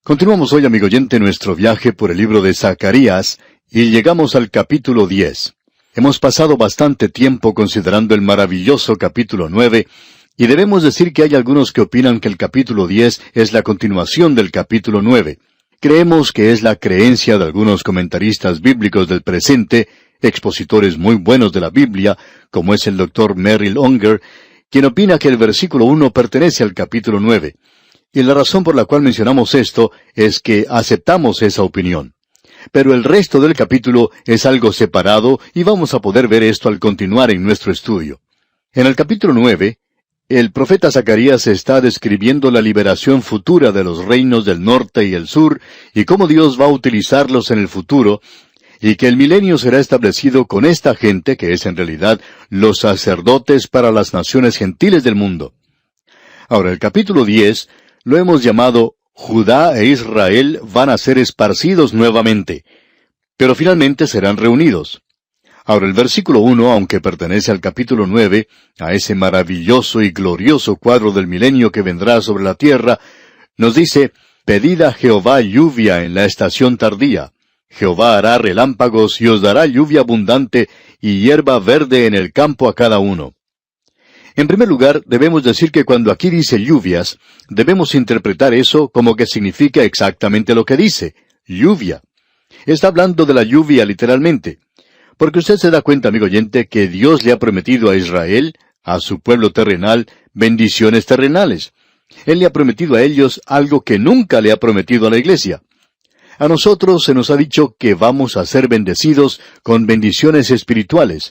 Continuamos hoy, amigo oyente, nuestro viaje por el libro de Zacarías, y llegamos al capítulo 10. Hemos pasado bastante tiempo considerando el maravilloso capítulo 9, y debemos decir que hay algunos que opinan que el capítulo 10 es la continuación del capítulo 9. Creemos que es la creencia de algunos comentaristas bíblicos del presente, expositores muy buenos de la Biblia, como es el Dr. Merrill Unger, quien opina que el versículo 1 pertenece al capítulo 9. Y la razón por la cual mencionamos esto es que aceptamos esa opinión. Pero el resto del capítulo es algo separado y vamos a poder ver esto al continuar en nuestro estudio. En el capítulo 9, el profeta Zacarías está describiendo la liberación futura de los reinos del norte y el sur y cómo Dios va a utilizarlos en el futuro y que el milenio será establecido con esta gente que es en realidad los sacerdotes para las naciones gentiles del mundo. Ahora, el capítulo 10 lo hemos llamado Judá e Israel van a ser esparcidos nuevamente, pero finalmente serán reunidos. Ahora el versículo 1, aunque pertenece al capítulo 9, a ese maravilloso y glorioso cuadro del milenio que vendrá sobre la tierra, nos dice, «Pedid a Jehová lluvia en la estación tardía. Jehová hará relámpagos y os dará lluvia abundante y hierba verde en el campo a cada uno». En primer lugar, debemos decir que cuando aquí dice lluvias, debemos interpretar eso como que significa exactamente lo que dice, lluvia. Está hablando de la lluvia literalmente. Porque usted se da cuenta, amigo oyente, que Dios le ha prometido a Israel, a su pueblo terrenal, bendiciones terrenales. Él le ha prometido a ellos algo que nunca le ha prometido a la iglesia. A nosotros se nos ha dicho que vamos a ser bendecidos con bendiciones espirituales.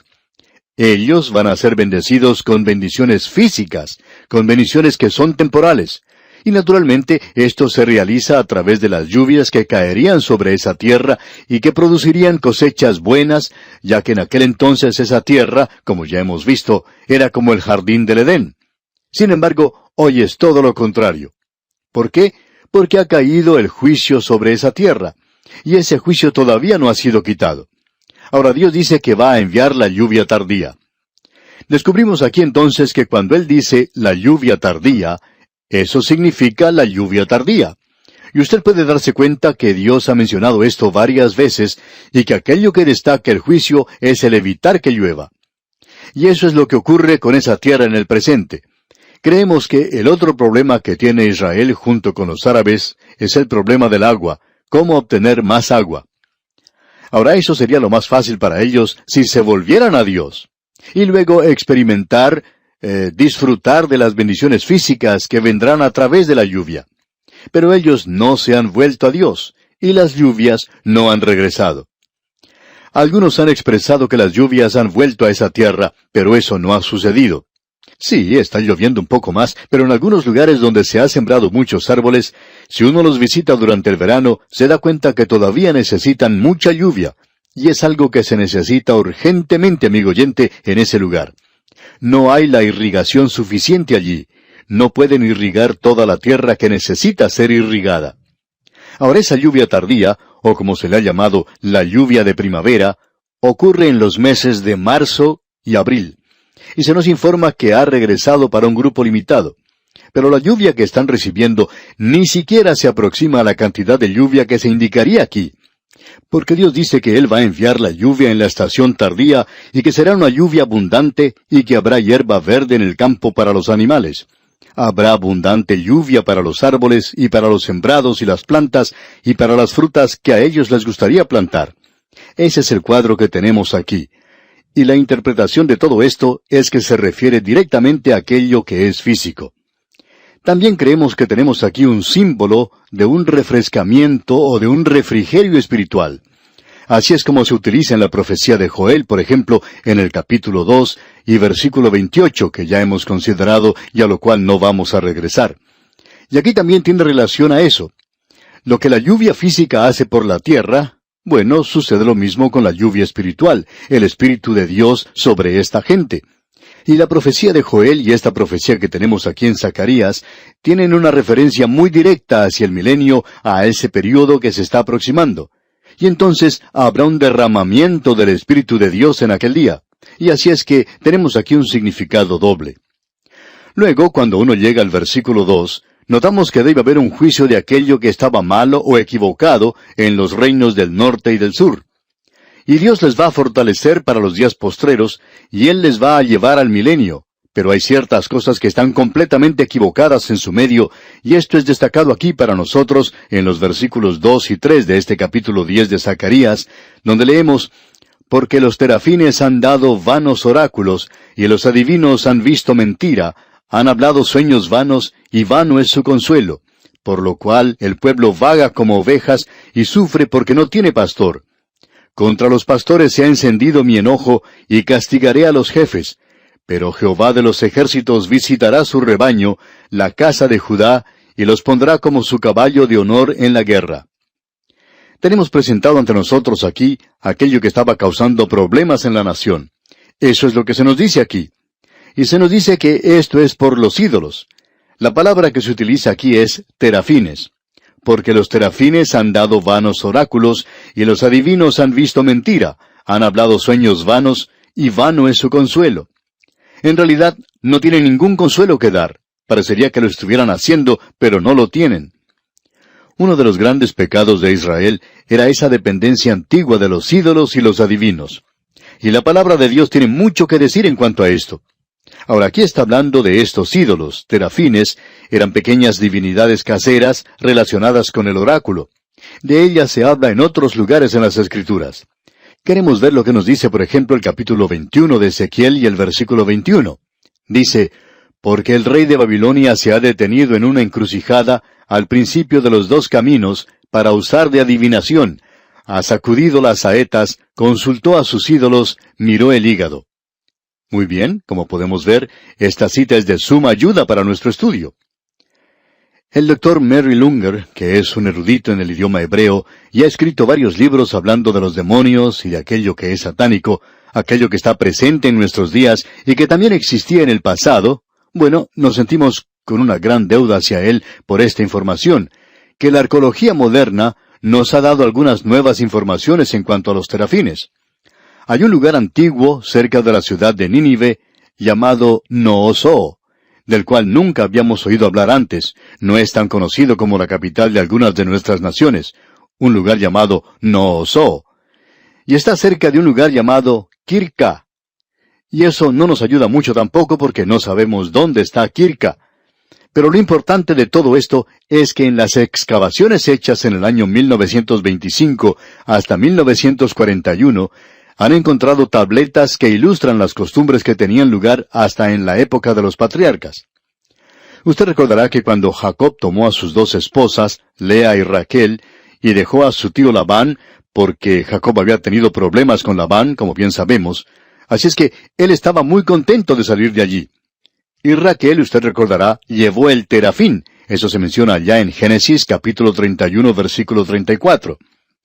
Ellos van a ser bendecidos con bendiciones físicas, con bendiciones que son temporales. Y naturalmente esto se realiza a través de las lluvias que caerían sobre esa tierra y que producirían cosechas buenas, ya que en aquel entonces esa tierra, como ya hemos visto, era como el jardín del Edén. Sin embargo, hoy es todo lo contrario. ¿Por qué? Porque ha caído el juicio sobre esa tierra, y ese juicio todavía no ha sido quitado. Ahora Dios dice que va a enviar la lluvia tardía. Descubrimos aquí entonces que cuando Él dice la lluvia tardía, eso significa la lluvia tardía. Y usted puede darse cuenta que Dios ha mencionado esto varias veces y que aquello que destaca el juicio es el evitar que llueva. Y eso es lo que ocurre con esa tierra en el presente. Creemos que el otro problema que tiene Israel junto con los árabes es el problema del agua, cómo obtener más agua. Ahora eso sería lo más fácil para ellos si se volvieran a Dios. Y luego experimentar, disfrutar de las bendiciones físicas que vendrán a través de la lluvia. Pero ellos no se han vuelto a Dios, y las lluvias no han regresado. Algunos han expresado que las lluvias han vuelto a esa tierra, pero eso no ha sucedido. Sí, está lloviendo un poco más, pero en algunos lugares donde se ha sembrado muchos árboles, si uno los visita durante el verano, se da cuenta que todavía necesitan mucha lluvia, y es algo que se necesita urgentemente, amigo oyente, en ese lugar. No hay la irrigación suficiente allí. No pueden irrigar toda la tierra que necesita ser irrigada. Ahora esa lluvia tardía, o como se le ha llamado, la lluvia de primavera, ocurre en los meses de marzo y abril. Y se nos informa que ha regresado para un grupo limitado. Pero la lluvia que están recibiendo ni siquiera se aproxima a la cantidad de lluvia que se indicaría aquí. Porque Dios dice que Él va a enviar la lluvia en la estación tardía y que será una lluvia abundante y que habrá hierba verde en el campo para los animales. Habrá abundante lluvia para los árboles y para los sembrados y las plantas y para las frutas que a ellos les gustaría plantar. Ese es el cuadro que tenemos aquí. Y la interpretación de todo esto es que se refiere directamente a aquello que es físico. También creemos que tenemos aquí un símbolo de un refrescamiento o de un refrigerio espiritual. Así es como se utiliza en la profecía de Joel, por ejemplo, en el capítulo 2 y versículo 28, que ya hemos considerado y a lo cual no vamos a regresar. Y aquí también tiene relación a eso. Lo que la lluvia física hace por la tierra, bueno, sucede lo mismo con la lluvia espiritual, el Espíritu de Dios sobre esta gente. Y la profecía de Joel y esta profecía que tenemos aquí en Zacarías tienen una referencia muy directa hacia el milenio, a ese período que se está aproximando. Y entonces habrá un derramamiento del Espíritu de Dios en aquel día. Y así es que tenemos aquí un significado doble. Luego, cuando uno llega al versículo 2, notamos que debe haber un juicio de aquello que estaba malo o equivocado en los reinos del norte y del sur. Y Dios les va a fortalecer para los días postreros, y Él les va a llevar al milenio. Pero hay ciertas cosas que están completamente equivocadas en su medio, y esto es destacado aquí para nosotros en los versículos 2 y 3 de este capítulo 10 de Zacarías, donde leemos: «Porque los terafines han dado vanos oráculos, y los adivinos han visto mentira, han hablado sueños vanos, y vano es su consuelo. Por lo cual el pueblo vaga como ovejas, y sufre porque no tiene pastor. Contra los pastores se ha encendido mi enojo, y castigaré a los jefes. Pero Jehová de los ejércitos visitará su rebaño, la casa de Judá, y los pondrá como su caballo de honor en la guerra». Tenemos presentado ante nosotros aquí aquello que estaba causando problemas en la nación. Eso es lo que se nos dice aquí. Y se nos dice que esto es por los ídolos. La palabra que se utiliza aquí es terafines. Porque los terafines han dado vanos oráculos, y los adivinos han visto mentira, han hablado sueños vanos, y vano es su consuelo. En realidad, no tienen ningún consuelo que dar. Parecería que lo estuvieran haciendo, pero no lo tienen. Uno de los grandes pecados de Israel era esa dependencia antigua de los ídolos y los adivinos. Y la palabra de Dios tiene mucho que decir en cuanto a esto. Ahora, aquí está hablando de estos ídolos. Terafines eran pequeñas divinidades caseras relacionadas con el oráculo. De ellas se habla en otros lugares en las Escrituras. Queremos ver lo que nos dice, por ejemplo, el capítulo 21 de Ezequiel y el versículo 21. Dice: «Porque el rey de Babilonia se ha detenido en una encrucijada al principio de los dos caminos para usar de adivinación. Ha sacudido las saetas, consultó a sus ídolos, miró el hígado». Muy bien, como podemos ver, esta cita es de suma ayuda para nuestro estudio. El doctor Merrill Unger, que es un erudito en el idioma hebreo, y ha escrito varios libros hablando de los demonios y de aquello que es satánico, aquello que está presente en nuestros días y que también existía en el pasado, bueno, nos sentimos con una gran deuda hacia él por esta información, que la arqueología moderna nos ha dado algunas nuevas informaciones en cuanto a los terafines. Hay un lugar antiguo cerca de la ciudad de Nínive llamado Noosoh, del cual nunca habíamos oído hablar antes. No es tan conocido como la capital de algunas de nuestras naciones, un lugar llamado Noosoh. Y está cerca de un lugar llamado Kirka. Y eso no nos ayuda mucho tampoco porque no sabemos dónde está Kirka. Pero lo importante de todo esto es que en las excavaciones hechas en el año 1925 hasta 1941, han encontrado tabletas que ilustran las costumbres que tenían lugar hasta en la época de los patriarcas. Usted recordará que cuando Jacob tomó a sus dos esposas, Lea y Raquel, y dejó a su tío Labán, porque Jacob había tenido problemas con Labán, como bien sabemos, así es que él estaba muy contento de salir de allí. Y Raquel, usted recordará, llevó el terafín. Eso se menciona allá en Génesis capítulo 31, versículo 34.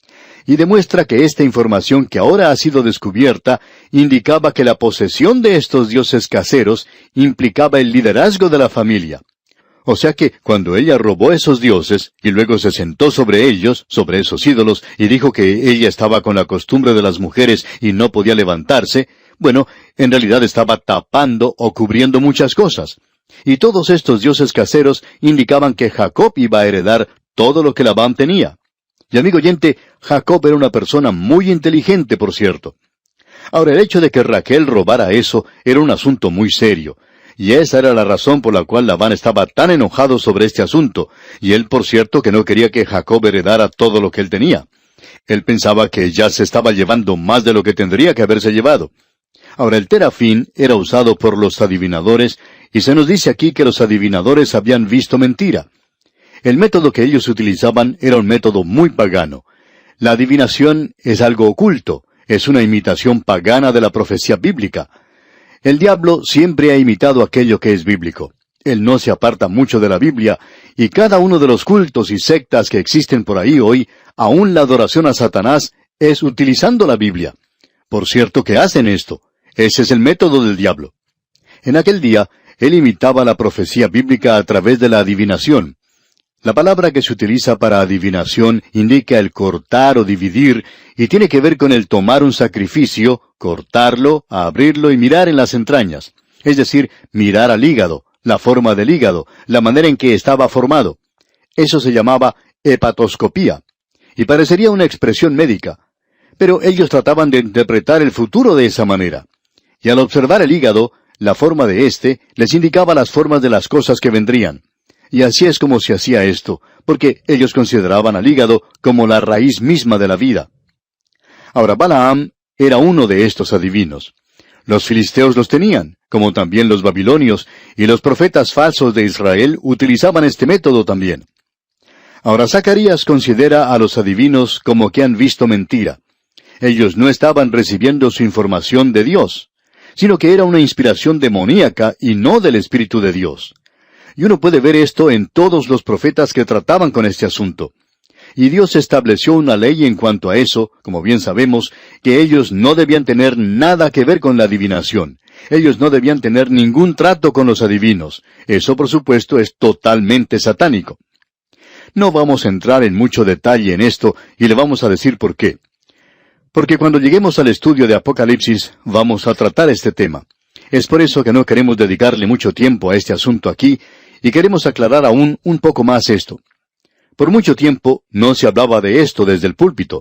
Y demuestra que esta información que ahora ha sido descubierta indicaba que la posesión de estos dioses caseros implicaba el liderazgo de la familia. O sea que cuando ella robó esos dioses y luego se sentó sobre ellos, sobre esos ídolos, y dijo que ella estaba con la costumbre de las mujeres y no podía levantarse, bueno, en realidad estaba tapando o cubriendo muchas cosas. Y todos estos dioses caseros indicaban que Jacob iba a heredar todo lo que Labán tenía. Y amigo oyente, Jacob era una persona muy inteligente, por cierto. Ahora, el hecho de que Raquel robara eso era un asunto muy serio. Y esa era la razón por la cual Labán estaba tan enojado sobre este asunto. Y él, por cierto, que no quería que Jacob heredara todo lo que él tenía. Él pensaba que ya se estaba llevando más de lo que tendría que haberse llevado. Ahora, el terafín era usado por los adivinadores, y se nos dice aquí que los adivinadores habían visto mentira. El método que ellos utilizaban era un método muy pagano. La adivinación es algo oculto, es una imitación pagana de la profecía bíblica. El diablo siempre ha imitado aquello que es bíblico. Él no se aparta mucho de la Biblia, y cada uno de los cultos y sectas que existen por ahí hoy, aún la adoración a Satanás, es utilizando la Biblia. Por cierto que hacen esto. Ese es el método del diablo. En aquel día, él imitaba la profecía bíblica a través de la adivinación. La palabra que se utiliza para adivinación indica el cortar o dividir, y tiene que ver con el tomar un sacrificio, cortarlo, abrirlo y mirar en las entrañas. Es decir, mirar al hígado, la forma del hígado, la manera en que estaba formado. Eso se llamaba hepatoscopía, y parecería una expresión médica. Pero ellos trataban de interpretar el futuro de esa manera. Y al observar el hígado, la forma de éste les indicaba las formas de las cosas que vendrían. Y así es como se hacía esto, porque ellos consideraban al hígado como la raíz misma de la vida. Ahora, Balaam era uno de estos adivinos. Los filisteos los tenían, como también los babilonios, y los profetas falsos de Israel utilizaban este método también. Ahora, Zacarías considera a los adivinos como que han visto mentira. Ellos no estaban recibiendo su información de Dios, sino que era una inspiración demoníaca y no del Espíritu de Dios. Y uno puede ver esto en todos los profetas que trataban con este asunto. Y Dios estableció una ley en cuanto a eso, como bien sabemos, que ellos no debían tener nada que ver con la adivinación. Ellos no debían tener ningún trato con los adivinos. Eso, por supuesto, es totalmente satánico. No vamos a entrar en mucho detalle en esto, y le vamos a decir por qué. Porque cuando lleguemos al estudio de Apocalipsis, vamos a tratar este tema. Es por eso que no queremos dedicarle mucho tiempo a este asunto aquí, y queremos aclarar aún un poco más esto. Por mucho tiempo no se hablaba de esto desde el púlpito.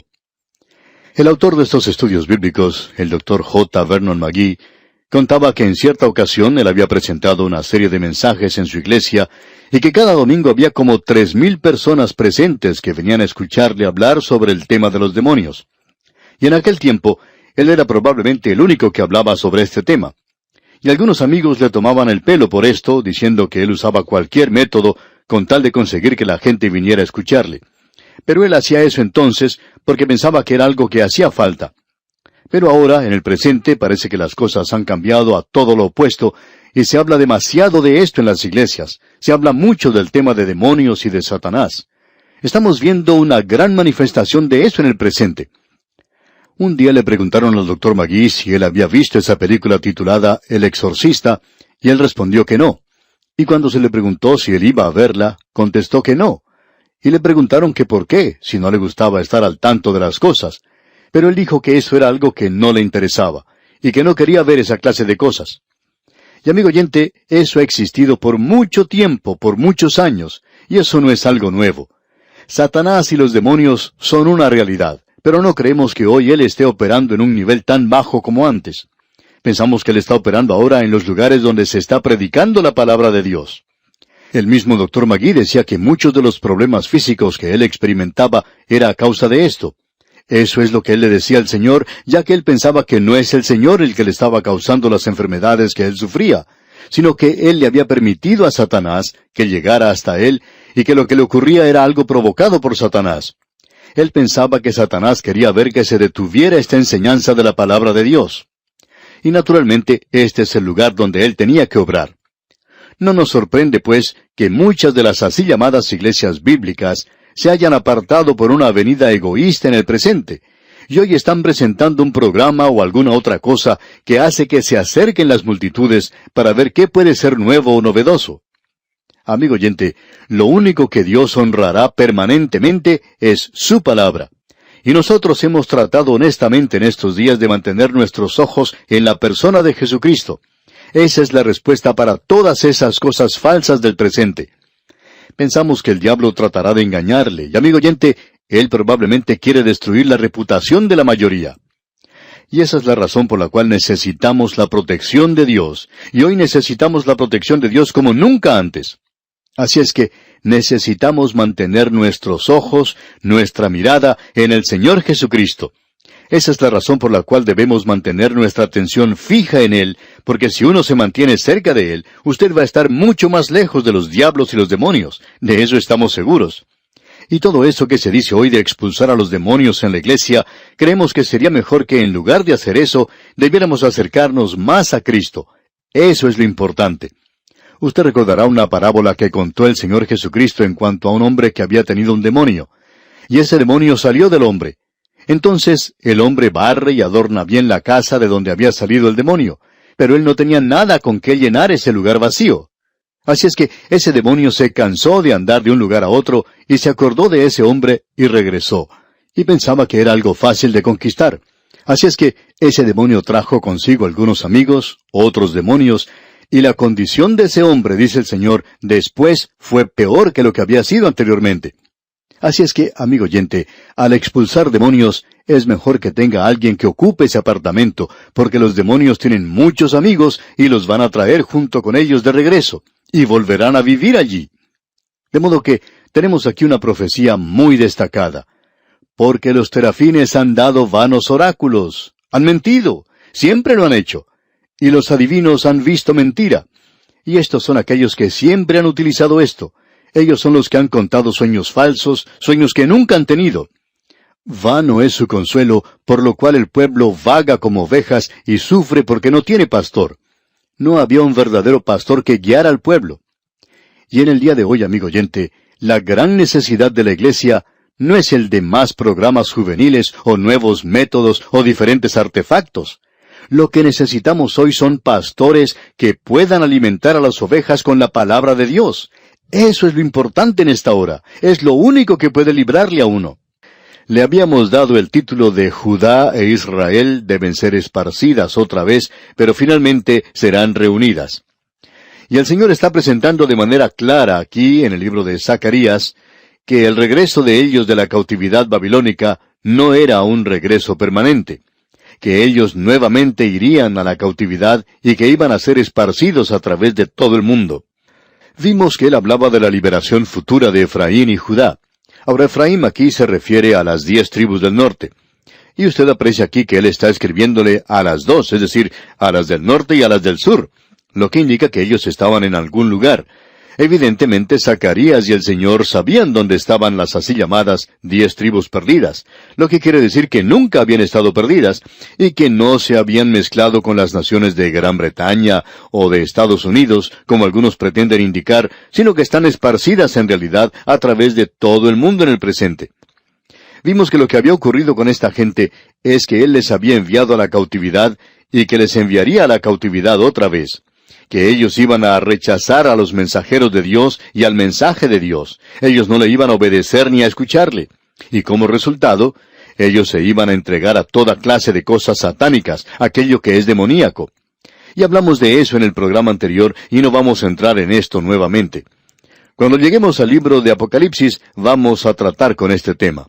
El autor de estos estudios bíblicos, el Dr. J. Vernon McGee, contaba que en cierta ocasión él había presentado una serie de mensajes en su iglesia y que cada domingo había como 3,000 personas presentes que venían a escucharle hablar sobre el tema de los demonios. Y en aquel tiempo, él era probablemente el único que hablaba sobre este tema. Y algunos amigos le tomaban el pelo por esto, diciendo que él usaba cualquier método con tal de conseguir que la gente viniera a escucharle. Pero él hacía eso entonces porque pensaba que era algo que hacía falta. Pero ahora, en el presente, parece que las cosas han cambiado a todo lo opuesto, y se habla demasiado de esto en las iglesias. Se habla mucho del tema de demonios y de Satanás. Estamos viendo una gran manifestación de eso en el presente. Un día le preguntaron al Dr. McGee si él había visto esa película titulada El Exorcista, y él respondió que no. Y cuando se le preguntó si él iba a verla, contestó que no. Y le preguntaron que por qué, si no le gustaba estar al tanto de las cosas. Pero él dijo que eso era algo que no le interesaba, y que no quería ver esa clase de cosas. Y amigo oyente, eso ha existido por mucho tiempo, por muchos años, y eso no es algo nuevo. Satanás y los demonios son una realidad, pero no creemos que hoy él esté operando en un nivel tan bajo como antes. Pensamos que él está operando ahora en los lugares donde se está predicando la palabra de Dios. El mismo Dr. McGee decía que muchos de los problemas físicos que él experimentaba era a causa de esto. Eso es lo que él le decía al Señor, ya que él pensaba que no es el Señor el que le estaba causando las enfermedades que él sufría, sino que él le había permitido a Satanás que llegara hasta él, y que lo que le ocurría era algo provocado por Satanás. Él pensaba que Satanás quería ver que se detuviera esta enseñanza de la palabra de Dios. Y naturalmente, este es el lugar donde él tenía que obrar. No nos sorprende, pues, que muchas de las así llamadas iglesias bíblicas se hayan apartado por una avenida egoísta en el presente, y hoy están presentando un programa o alguna otra cosa que hace que se acerquen las multitudes para ver qué puede ser nuevo o novedoso. Amigo oyente, lo único que Dios honrará permanentemente es su palabra. Y nosotros hemos tratado honestamente en estos días de mantener nuestros ojos en la persona de Jesucristo. Esa es la respuesta para todas esas cosas falsas del presente. Pensamos que el diablo tratará de engañarle, y amigo oyente, él probablemente quiere destruir la reputación de la mayoría. Y esa es la razón por la cual necesitamos la protección de Dios, y hoy necesitamos la protección de Dios como nunca antes. Así es que necesitamos mantener nuestros ojos, nuestra mirada en el Señor Jesucristo. Esa es la razón por la cual debemos mantener nuestra atención fija en Él, porque si uno se mantiene cerca de Él, usted va a estar mucho más lejos de los diablos y los demonios. De eso estamos seguros. Y todo eso que se dice hoy de expulsar a los demonios en la iglesia, creemos que sería mejor que en lugar de hacer eso, debiéramos acercarnos más a Cristo. Eso es lo importante. Usted recordará una parábola que contó el Señor Jesucristo en cuanto a un hombre que había tenido un demonio. Y ese demonio salió del hombre. Entonces el hombre barre y adorna bien la casa de donde había salido el demonio, pero él no tenía nada con qué llenar ese lugar vacío. Así es que ese demonio se cansó de andar de un lugar a otro y se acordó de ese hombre y regresó. Y pensaba que era algo fácil de conquistar. Así es que ese demonio trajo consigo algunos amigos, otros demonios, Y la condición de ese hombre, dice el Señor, después fue peor que lo que había sido anteriormente. Así es que, amigo oyente, al expulsar demonios, es mejor que tenga alguien que ocupe ese apartamento, porque los demonios tienen muchos amigos y los van a traer junto con ellos de regreso, y volverán a vivir allí. De modo que tenemos aquí una profecía muy destacada. Porque los terafines han dado vanos oráculos, han mentido, siempre lo han hecho, y los adivinos han visto mentira. Y estos son aquellos que siempre han utilizado esto. Ellos son los que han contado sueños falsos, sueños que nunca han tenido. Vano es su consuelo, por lo cual el pueblo vaga como ovejas y sufre porque no tiene pastor. No había un verdadero pastor que guiara al pueblo. Y en el día de hoy, amigo oyente, la gran necesidad de la iglesia no es el de más programas juveniles o nuevos métodos o diferentes artefactos. Lo que necesitamos hoy son pastores que puedan alimentar a las ovejas con la palabra de Dios. Eso es lo importante en esta hora. Es lo único que puede librarle a uno. Le habíamos dado el título de Judá e Israel deben ser esparcidas otra vez, pero finalmente serán reunidas. Y el Señor está presentando de manera clara aquí, en el libro de Zacarías, que el regreso de ellos de la cautividad babilónica no era un regreso permanente, que ellos nuevamente irían a la cautividad y que iban a ser esparcidos a través de todo el mundo. Vimos que él hablaba de la liberación futura de Efraín y Judá. Ahora Efraín aquí se refiere a las 10 tribus del norte. Y usted aprecia aquí que él está escribiéndole a las dos, es decir, a las del norte y a las del sur, lo que indica que ellos estaban en algún lugar. Evidentemente Zacarías y el Señor sabían dónde estaban las así llamadas 10 tribus perdidas, lo que quiere decir que nunca habían estado perdidas, y que no se habían mezclado con las naciones de Gran Bretaña o de Estados Unidos, como algunos pretenden indicar, sino que están esparcidas en realidad a través de todo el mundo en el presente. Vimos que lo que había ocurrido con esta gente es que Él les había enviado a la cautividad y que les enviaría a la cautividad otra vez, que ellos iban a rechazar a los mensajeros de Dios y al mensaje de Dios. Ellos no le iban a obedecer ni a escucharle. Y como resultado, ellos se iban a entregar a toda clase de cosas satánicas, aquello que es demoníaco. Y hablamos de eso en el programa anterior y no vamos a entrar en esto nuevamente. Cuando lleguemos al libro de Apocalipsis, vamos a tratar con este tema.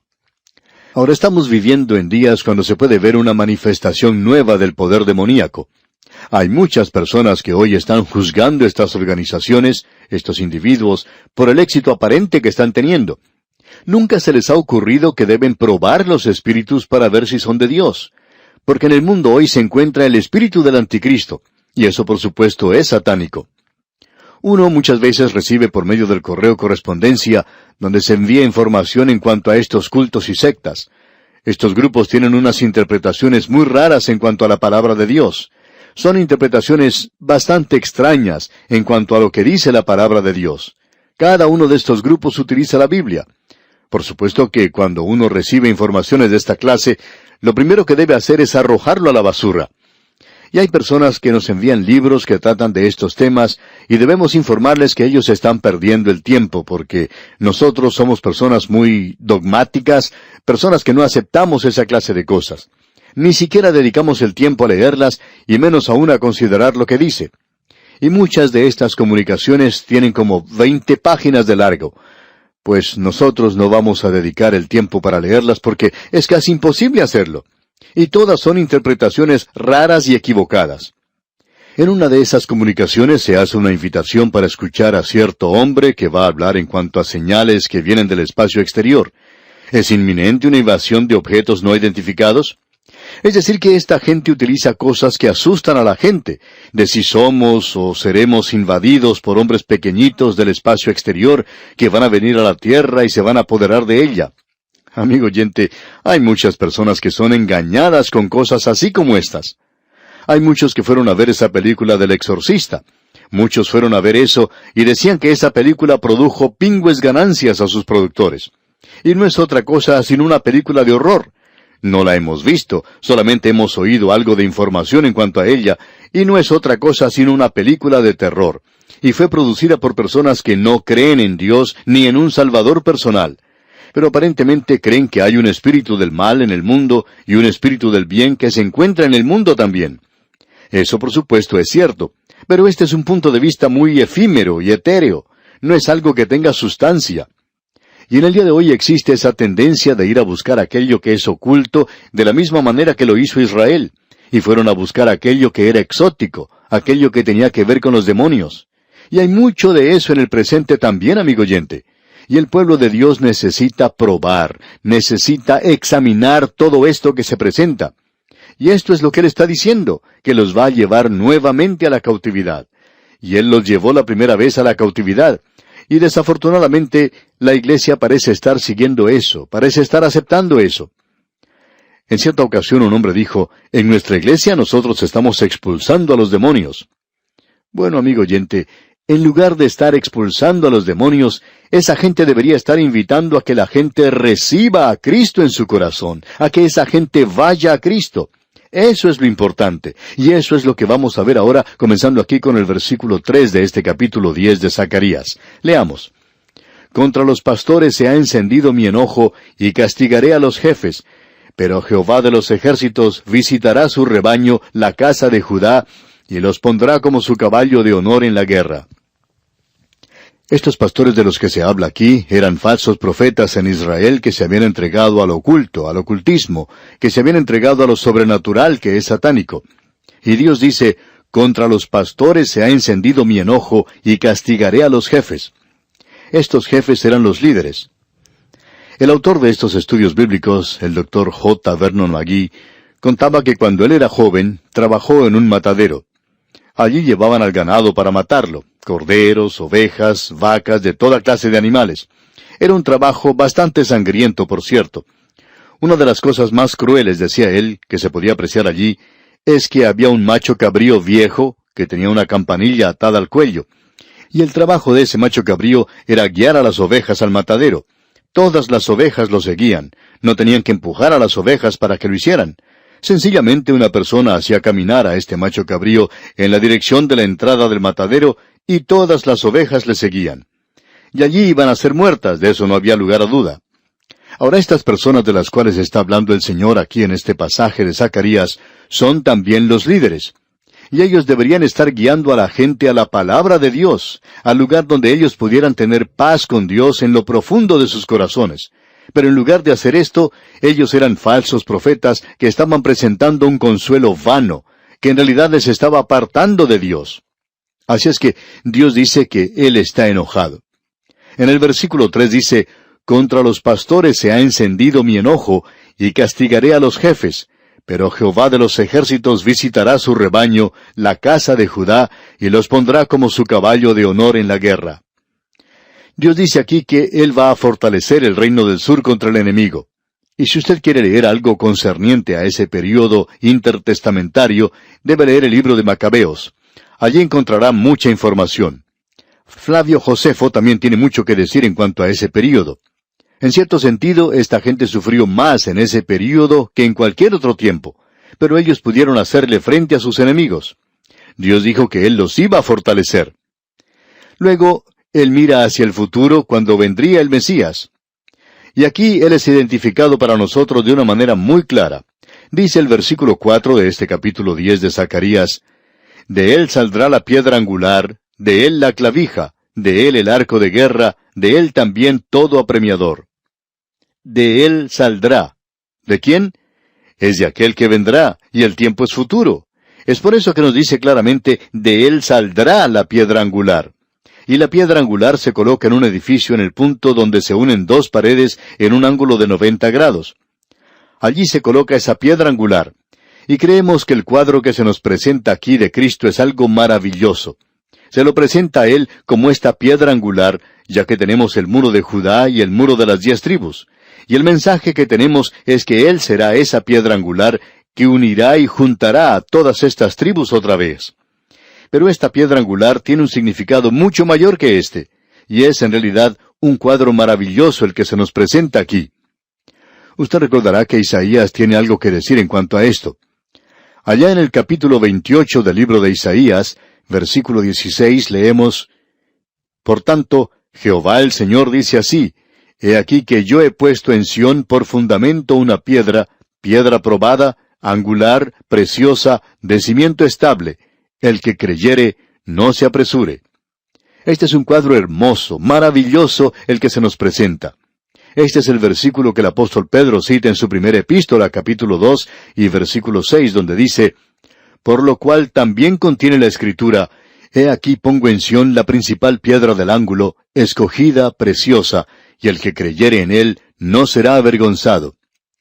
Ahora estamos viviendo en días cuando se puede ver una manifestación nueva del poder demoníaco. Hay muchas personas que hoy están juzgando estas organizaciones, estos individuos, por el éxito aparente que están teniendo. Nunca se les ha ocurrido que deben probar los espíritus para ver si son de Dios, porque en el mundo hoy se encuentra el espíritu del anticristo, y eso por supuesto es satánico. Uno muchas veces recibe por medio del correo correspondencia, donde se envía información en cuanto a estos cultos y sectas. Estos grupos tienen unas interpretaciones muy raras en cuanto a la palabra de Dios. Son interpretaciones bastante extrañas en cuanto a lo que dice la palabra de Dios. Cada uno de estos grupos utiliza la Biblia. Por supuesto que cuando uno recibe informaciones de esta clase, lo primero que debe hacer es arrojarlo a la basura. Y hay personas que nos envían libros que tratan de estos temas, y debemos informarles que ellos están perdiendo el tiempo, porque nosotros somos personas muy dogmáticas, personas que no aceptamos esa clase de cosas. Ni siquiera dedicamos el tiempo a leerlas, y menos aún a considerar lo que dice. Y muchas de estas comunicaciones tienen como 20 páginas de largo. Pues nosotros no vamos a dedicar el tiempo para leerlas porque es casi imposible hacerlo. Y todas son interpretaciones raras y equivocadas. En una de esas comunicaciones se hace una invitación para escuchar a cierto hombre que va a hablar en cuanto a señales que vienen del espacio exterior. ¿Es inminente una invasión de objetos no identificados? Es decir, que esta gente utiliza cosas que asustan a la gente, de si somos o seremos invadidos por hombres pequeñitos del espacio exterior que van a venir a la Tierra y se van a apoderar de ella. Amigo oyente, hay muchas personas que son engañadas con cosas así como estas. Hay muchos que fueron a ver esa película del exorcista. Muchos fueron a ver eso y decían que esa película produjo pingües ganancias a sus productores. Y no es otra cosa sino una película de horror. No la hemos visto, solamente hemos oído algo de información en cuanto a ella, y no es otra cosa sino una película de terror. Y fue producida por personas que no creen en Dios ni en un Salvador personal. Pero aparentemente creen que hay un espíritu del mal en el mundo y un espíritu del bien que se encuentra en el mundo también. Eso por supuesto es cierto. Pero este es un punto de vista muy efímero y etéreo. No es algo que tenga sustancia. Y en el día de hoy existe esa tendencia de ir a buscar aquello que es oculto de la misma manera que lo hizo Israel. Y fueron a buscar aquello que era exótico, aquello que tenía que ver con los demonios. Y hay mucho de eso en el presente también, amigo oyente. Y el pueblo de Dios necesita probar, necesita examinar todo esto que se presenta. Y esto es lo que Él está diciendo, que los va a llevar nuevamente a la cautividad. Y Él los llevó la primera vez a la cautividad. Y desafortunadamente, la iglesia parece estar siguiendo eso, parece estar aceptando eso. En cierta ocasión un hombre dijo, en nuestra iglesia nosotros estamos expulsando a los demonios. Bueno, amigo oyente, en lugar de estar expulsando a los demonios, esa gente debería estar invitando a que la gente reciba a Cristo en su corazón, a que esa gente vaya a Cristo. Eso es lo importante, y eso es lo que vamos a ver ahora, comenzando aquí con el versículo 3 de este capítulo 10 de Zacarías. Leamos. Contra los pastores se ha encendido mi enojo, y castigaré a los jefes. Pero Jehová de los ejércitos visitará su rebaño, la casa de Judá, y los pondrá como su caballo de honor en la guerra. Estos pastores de los que se habla aquí eran falsos profetas en Israel que se habían entregado al oculto, al ocultismo, que se habían entregado a lo sobrenatural que es satánico. Y Dios dice, contra los pastores se ha encendido mi enojo y castigaré a los jefes. Estos jefes eran los líderes. El autor de estos estudios bíblicos, el Dr. J. Vernon McGee, contaba que cuando él era joven, trabajó en un matadero. Allí llevaban al ganado para matarlo, corderos, ovejas, vacas, de toda clase de animales. Era un trabajo bastante sangriento, por cierto. Una de las cosas más crueles, decía él, que se podía apreciar allí, es que había un macho cabrío viejo que tenía una campanilla atada al cuello. Y el trabajo de ese macho cabrío era guiar a las ovejas al matadero. Todas las ovejas lo seguían. No tenían que empujar a las ovejas para que lo hicieran. Sencillamente una persona hacía caminar a este macho cabrío en la dirección de la entrada del matadero y todas las ovejas le seguían. Y allí iban a ser muertas, de eso no había lugar a duda. Ahora estas personas de las cuales está hablando el Señor aquí en este pasaje de Zacarías son también los líderes. Y ellos deberían estar guiando a la gente a la palabra de Dios, al lugar donde ellos pudieran tener paz con Dios en lo profundo de sus corazones. Pero en lugar de hacer esto, ellos eran falsos profetas que estaban presentando un consuelo vano, que en realidad les estaba apartando de Dios. Así es que Dios dice que Él está enojado. En el versículo 3 dice, contra los pastores se ha encendido mi enojo, y castigaré a los jefes, pero Jehová de los ejércitos visitará su rebaño, la casa de Judá, y los pondrá como su caballo de honor en la guerra. Dios dice aquí que Él va a fortalecer el reino del sur contra el enemigo. Y si usted quiere leer algo concerniente a ese período intertestamentario, debe leer el libro de Macabeos. Allí encontrará mucha información. Flavio Josefo también tiene mucho que decir en cuanto a ese período. En cierto sentido, esta gente sufrió más en ese período que en cualquier otro tiempo, pero ellos pudieron hacerle frente a sus enemigos. Dios dijo que Él los iba a fortalecer. Luego, Él mira hacia el futuro cuando vendría el Mesías. Y aquí Él es identificado para nosotros de una manera muy clara. Dice el versículo 4 de este capítulo 10 de Zacarías, de Él saldrá la piedra angular, de Él la clavija, de Él el arco de guerra, de Él también todo apremiador. De Él saldrá. ¿De quién? Es de aquel que vendrá, y el tiempo es futuro. Es por eso que nos dice claramente, de Él saldrá la piedra angular. Y la piedra angular se coloca en un edificio en el punto donde se unen dos paredes en un ángulo de 90 grados. Allí se coloca esa piedra angular. Y creemos que el cuadro que se nos presenta aquí de Cristo es algo maravilloso. Se lo presenta a Él como esta piedra angular, ya que tenemos el muro de Judá y el muro de las 10 tribus. Y el mensaje que tenemos es que Él será esa piedra angular que unirá y juntará a todas estas tribus otra vez. Pero esta piedra angular tiene un significado mucho mayor que este, y es en realidad un cuadro maravilloso el que se nos presenta aquí. Usted recordará que Isaías tiene algo que decir en cuanto a esto. Allá en el capítulo 28 del libro de Isaías, versículo 16, leemos, por tanto, Jehová el Señor dice así, he aquí que yo he puesto en Sión por fundamento una piedra, piedra probada, angular, preciosa, de cimiento estable. El que creyere, no se apresure. Este es un cuadro hermoso, maravilloso, el que se nos presenta. Este es el versículo que el apóstol Pedro cita en su primera epístola, capítulo 2, y versículo 6, donde dice, «Por lo cual también contiene la Escritura, He aquí pongo en Sión la principal piedra del ángulo, escogida, preciosa, y el que creyere en él no será avergonzado».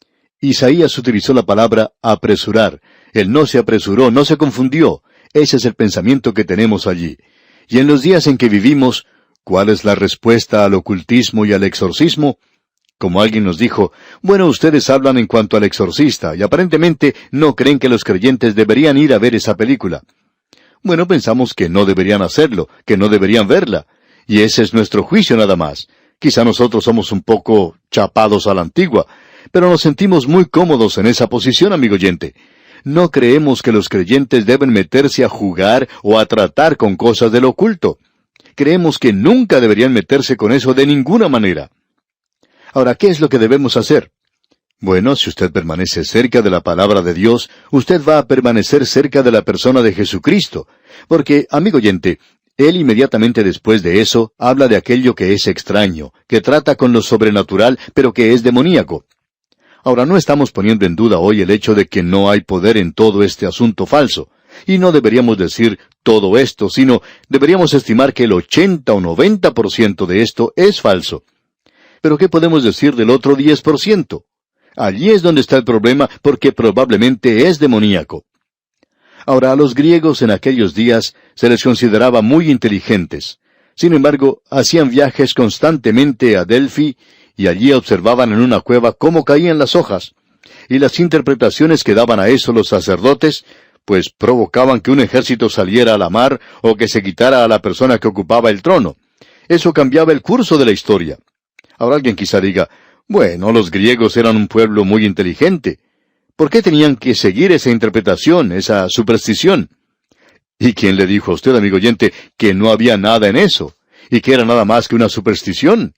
Isaías utilizó la palabra apresurar. Él no se apresuró, no se confundió. Ese es el pensamiento que tenemos allí. Y en los días en que vivimos, ¿cuál es la respuesta al ocultismo y al exorcismo? Como alguien nos dijo, bueno, ustedes hablan en cuanto al exorcista, y aparentemente no creen que los creyentes deberían ir a ver esa película. Bueno, pensamos que no deberían hacerlo, que no deberían verla. Y ese es nuestro juicio nada más. Quizá nosotros somos un poco chapados a la antigua, pero nos sentimos muy cómodos en esa posición, amigo oyente. No creemos que los creyentes deben meterse a jugar o a tratar con cosas del oculto. Creemos que nunca deberían meterse con eso de ninguna manera. Ahora, ¿qué es lo que debemos hacer? Bueno, si usted permanece cerca de la palabra de Dios, usted va a permanecer cerca de la persona de Jesucristo. Porque, amigo oyente, Él inmediatamente después de eso habla de aquello que es extraño, que trata con lo sobrenatural, pero que es demoníaco. Ahora, no estamos poniendo en duda hoy el hecho de que no hay poder en todo este asunto falso. Y no deberíamos decir todo esto, sino deberíamos estimar que el 80 o 90% de esto es falso. Pero ¿qué podemos decir del otro 10%? Allí es donde está el problema, porque probablemente es demoníaco. Ahora, a los griegos en aquellos días se les consideraba muy inteligentes. Sin embargo, hacían viajes constantemente a Delfi, y allí observaban en una cueva cómo caían las hojas. Y las interpretaciones que daban a eso los sacerdotes, pues provocaban que un ejército saliera a la mar o que se quitara a la persona que ocupaba el trono. Eso cambiaba el curso de la historia. Ahora alguien quizá diga, bueno, los griegos eran un pueblo muy inteligente. ¿Por qué tenían que seguir esa interpretación, esa superstición? ¿Y quién le dijo a usted, amigo oyente, que no había nada en eso, y que era nada más que una superstición?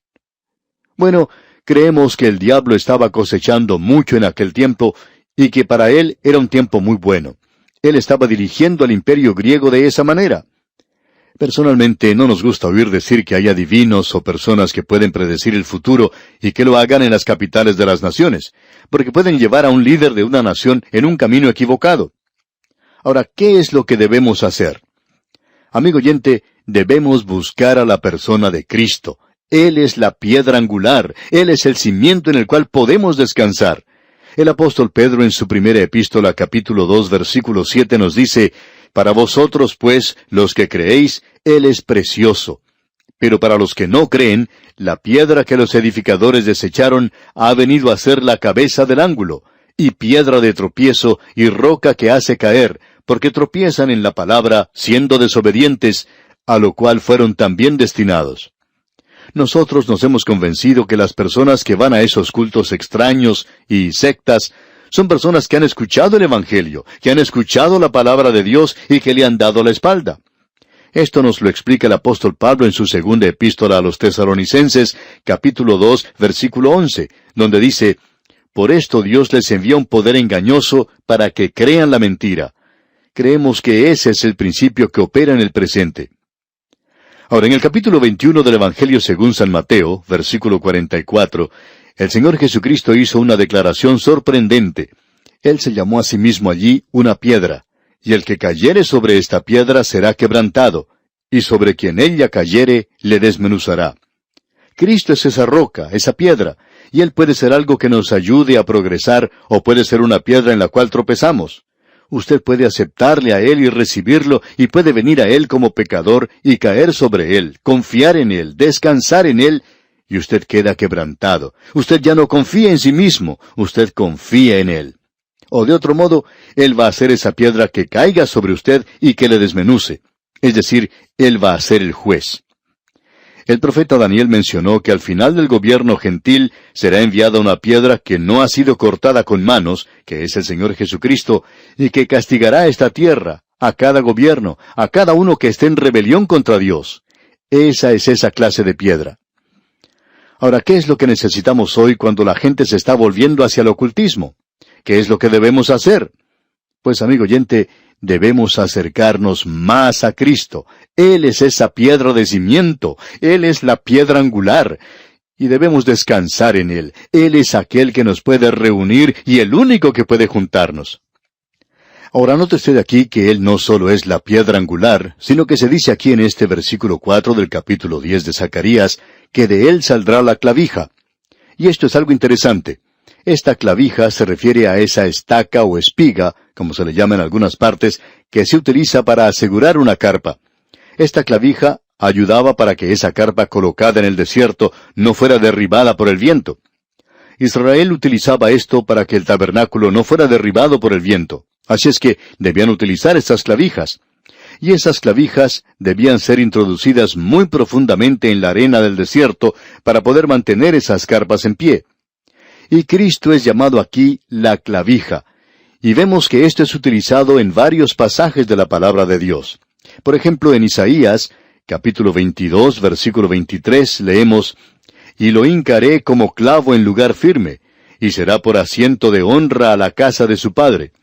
Bueno, creemos que el diablo estaba cosechando mucho en aquel tiempo, y que para él era un tiempo muy bueno. Él estaba dirigiendo al imperio griego de esa manera. Personalmente no nos gusta oír decir que hay adivinos o personas que pueden predecir el futuro y que lo hagan en las capitales de las naciones, porque pueden llevar a un líder de una nación en un camino equivocado. Ahora, ¿qué es lo que debemos hacer? Amigo oyente, debemos buscar a la persona de Cristo. Él es la piedra angular, Él es el cimiento en el cual podemos descansar. El apóstol Pedro en su primera epístola, capítulo 2, versículo 7 nos dice, «Para vosotros, pues, los que creéis, Él es precioso. Pero para los que no creen, la piedra que los edificadores desecharon ha venido a ser la cabeza del ángulo, y piedra de tropiezo y roca que hace caer, porque tropiezan en la palabra, siendo desobedientes, a lo cual fueron también destinados». Nosotros nos hemos convencido que las personas que van a esos cultos extraños y sectas son personas que han escuchado el Evangelio, que han escuchado la palabra de Dios y que le han dado la espalda. Esto nos lo explica el apóstol Pablo en su segunda epístola a los Tesalonicenses, capítulo 2, versículo 11, donde dice, «Por esto Dios les envía un poder engañoso para que crean la mentira». Creemos que ese es el principio que opera en el presente. Ahora, en el capítulo 21 del Evangelio según San Mateo, versículo 44, el Señor Jesucristo hizo una declaración sorprendente. Él se llamó a sí mismo allí una piedra, y el que cayere sobre esta piedra será quebrantado, y sobre quien ella cayere le desmenuzará. Cristo es esa roca, esa piedra, y Él puede ser algo que nos ayude a progresar, o puede ser una piedra en la cual tropezamos. Usted puede aceptarle a Él y recibirlo, y puede venir a Él como pecador y caer sobre Él, confiar en Él, descansar en Él, y usted queda quebrantado. Usted ya no confía en sí mismo, usted confía en Él. O de otro modo, Él va a ser esa piedra que caiga sobre usted y que le desmenuce. Es decir, Él va a ser el juez. El profeta Daniel mencionó que al final del gobierno gentil será enviada una piedra que no ha sido cortada con manos, que es el Señor Jesucristo, y que castigará esta tierra, a cada gobierno, a cada uno que esté en rebelión contra Dios. Esa es esa clase de piedra. Ahora, ¿qué es lo que necesitamos hoy cuando la gente se está volviendo hacia el ocultismo? ¿Qué es lo que debemos hacer? Pues, amigo oyente, debemos acercarnos más a Cristo. Él es esa piedra de cimiento, Él es la piedra angular, y debemos descansar en Él. Él es aquel que nos puede reunir y el único que puede juntarnos. Ahora note usted aquí que Él no solo es la piedra angular, sino que se dice aquí en este versículo 4 del capítulo 10 de Zacarías, que de Él saldrá la clavija. Y esto es algo interesante. Esta clavija se refiere a esa estaca o espiga, como se le llama en algunas partes, que se utiliza para asegurar una carpa. Esta clavija ayudaba para que esa carpa colocada en el desierto no fuera derribada por el viento. Israel utilizaba esto para que el tabernáculo no fuera derribado por el viento. Así es que debían utilizar estas clavijas. Y esas clavijas debían ser introducidas muy profundamente en la arena del desierto para poder mantener esas carpas en pie. Y Cristo es llamado aquí la clavija. Y vemos que esto es utilizado en varios pasajes de la palabra de Dios. Por ejemplo, en Isaías, capítulo 22, versículo 23, leemos, «Y lo hincaré como clavo en lugar firme, y será por asiento de honra a la casa de su padre».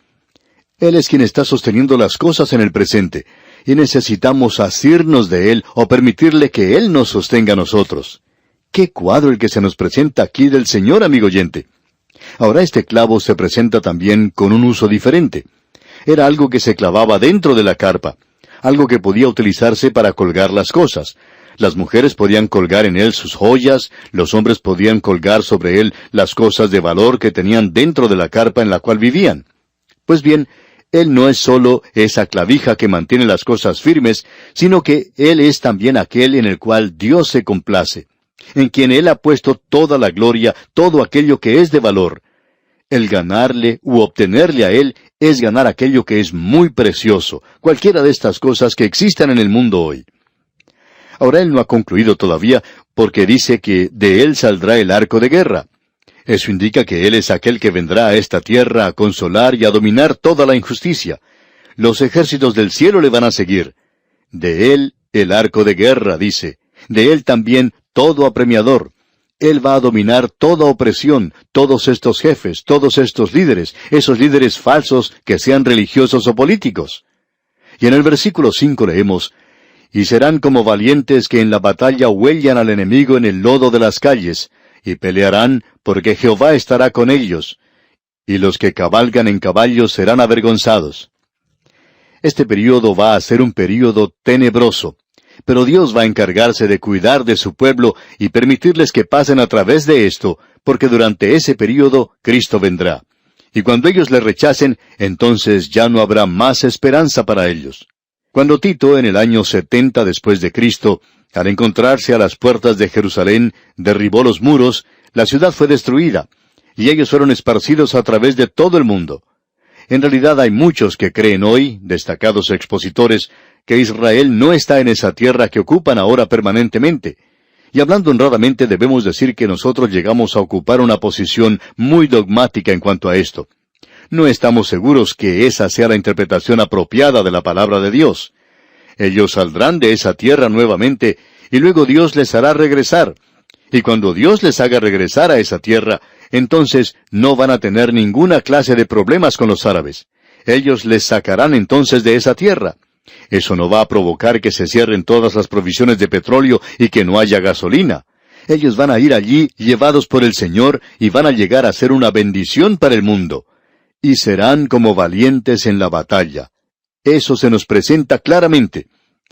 Él es quien está sosteniendo las cosas en el presente, y necesitamos asirnos de Él o permitirle que Él nos sostenga a nosotros. ¡Qué cuadro el que se nos presenta aquí del Señor, amigo oyente! Ahora este clavo se presenta también con un uso diferente. Era algo que se clavaba dentro de la carpa, algo que podía utilizarse para colgar las cosas. Las mujeres podían colgar en él sus joyas, los hombres podían colgar sobre él las cosas de valor que tenían dentro de la carpa en la cual vivían. Pues bien, Él no es sólo esa clavija que mantiene las cosas firmes, sino que Él es también aquel en el cual Dios se complace, en quien Él ha puesto toda la gloria, todo aquello que es de valor. El ganarle u obtenerle a Él es ganar aquello que es muy precioso, cualquiera de estas cosas que existan en el mundo hoy. Ahora Él no ha concluido todavía, porque dice que de Él saldrá el arco de guerra. Eso indica que Él es aquel que vendrá a esta tierra a consolar y a dominar toda la injusticia. Los ejércitos del cielo le van a seguir. De Él el arco de guerra, dice. De Él también todo apremiador. Él va a dominar toda opresión, todos estos jefes, todos estos líderes, esos líderes falsos que sean religiosos o políticos. Y en el versículo 5 leemos, «Y serán como valientes que en la batalla huellan al enemigo en el lodo de las calles, y pelearán porque Jehová estará con ellos, y los que cabalgan en caballos serán avergonzados». Este período va a ser un período tenebroso, pero Dios va a encargarse de cuidar de su pueblo y permitirles que pasen a través de esto, porque durante ese período Cristo vendrá. Y cuando ellos le rechacen, entonces ya no habrá más esperanza para ellos. Cuando Tito, en el año 70 después de Cristo, al encontrarse a las puertas de Jerusalén, derribó los muros, la ciudad fue destruida, y ellos fueron esparcidos a través de todo el mundo. En realidad hay muchos que creen hoy, destacados expositores, que Israel no está en esa tierra que ocupan ahora permanentemente. Y hablando honradamente debemos decir que nosotros llegamos a ocupar una posición muy dogmática en cuanto a esto. No estamos seguros que esa sea la interpretación apropiada de la palabra de Dios. Ellos saldrán de esa tierra nuevamente, y luego Dios les hará regresar. Y cuando Dios les haga regresar a esa tierra, entonces no van a tener ninguna clase de problemas con los árabes. Ellos les sacarán entonces de esa tierra. Eso no va a provocar que se cierren todas las provisiones de petróleo y que no haya gasolina. Ellos van a ir allí llevados por el Señor y van a llegar a ser una bendición para el mundo. Y serán como valientes en la batalla. Eso se nos presenta claramente.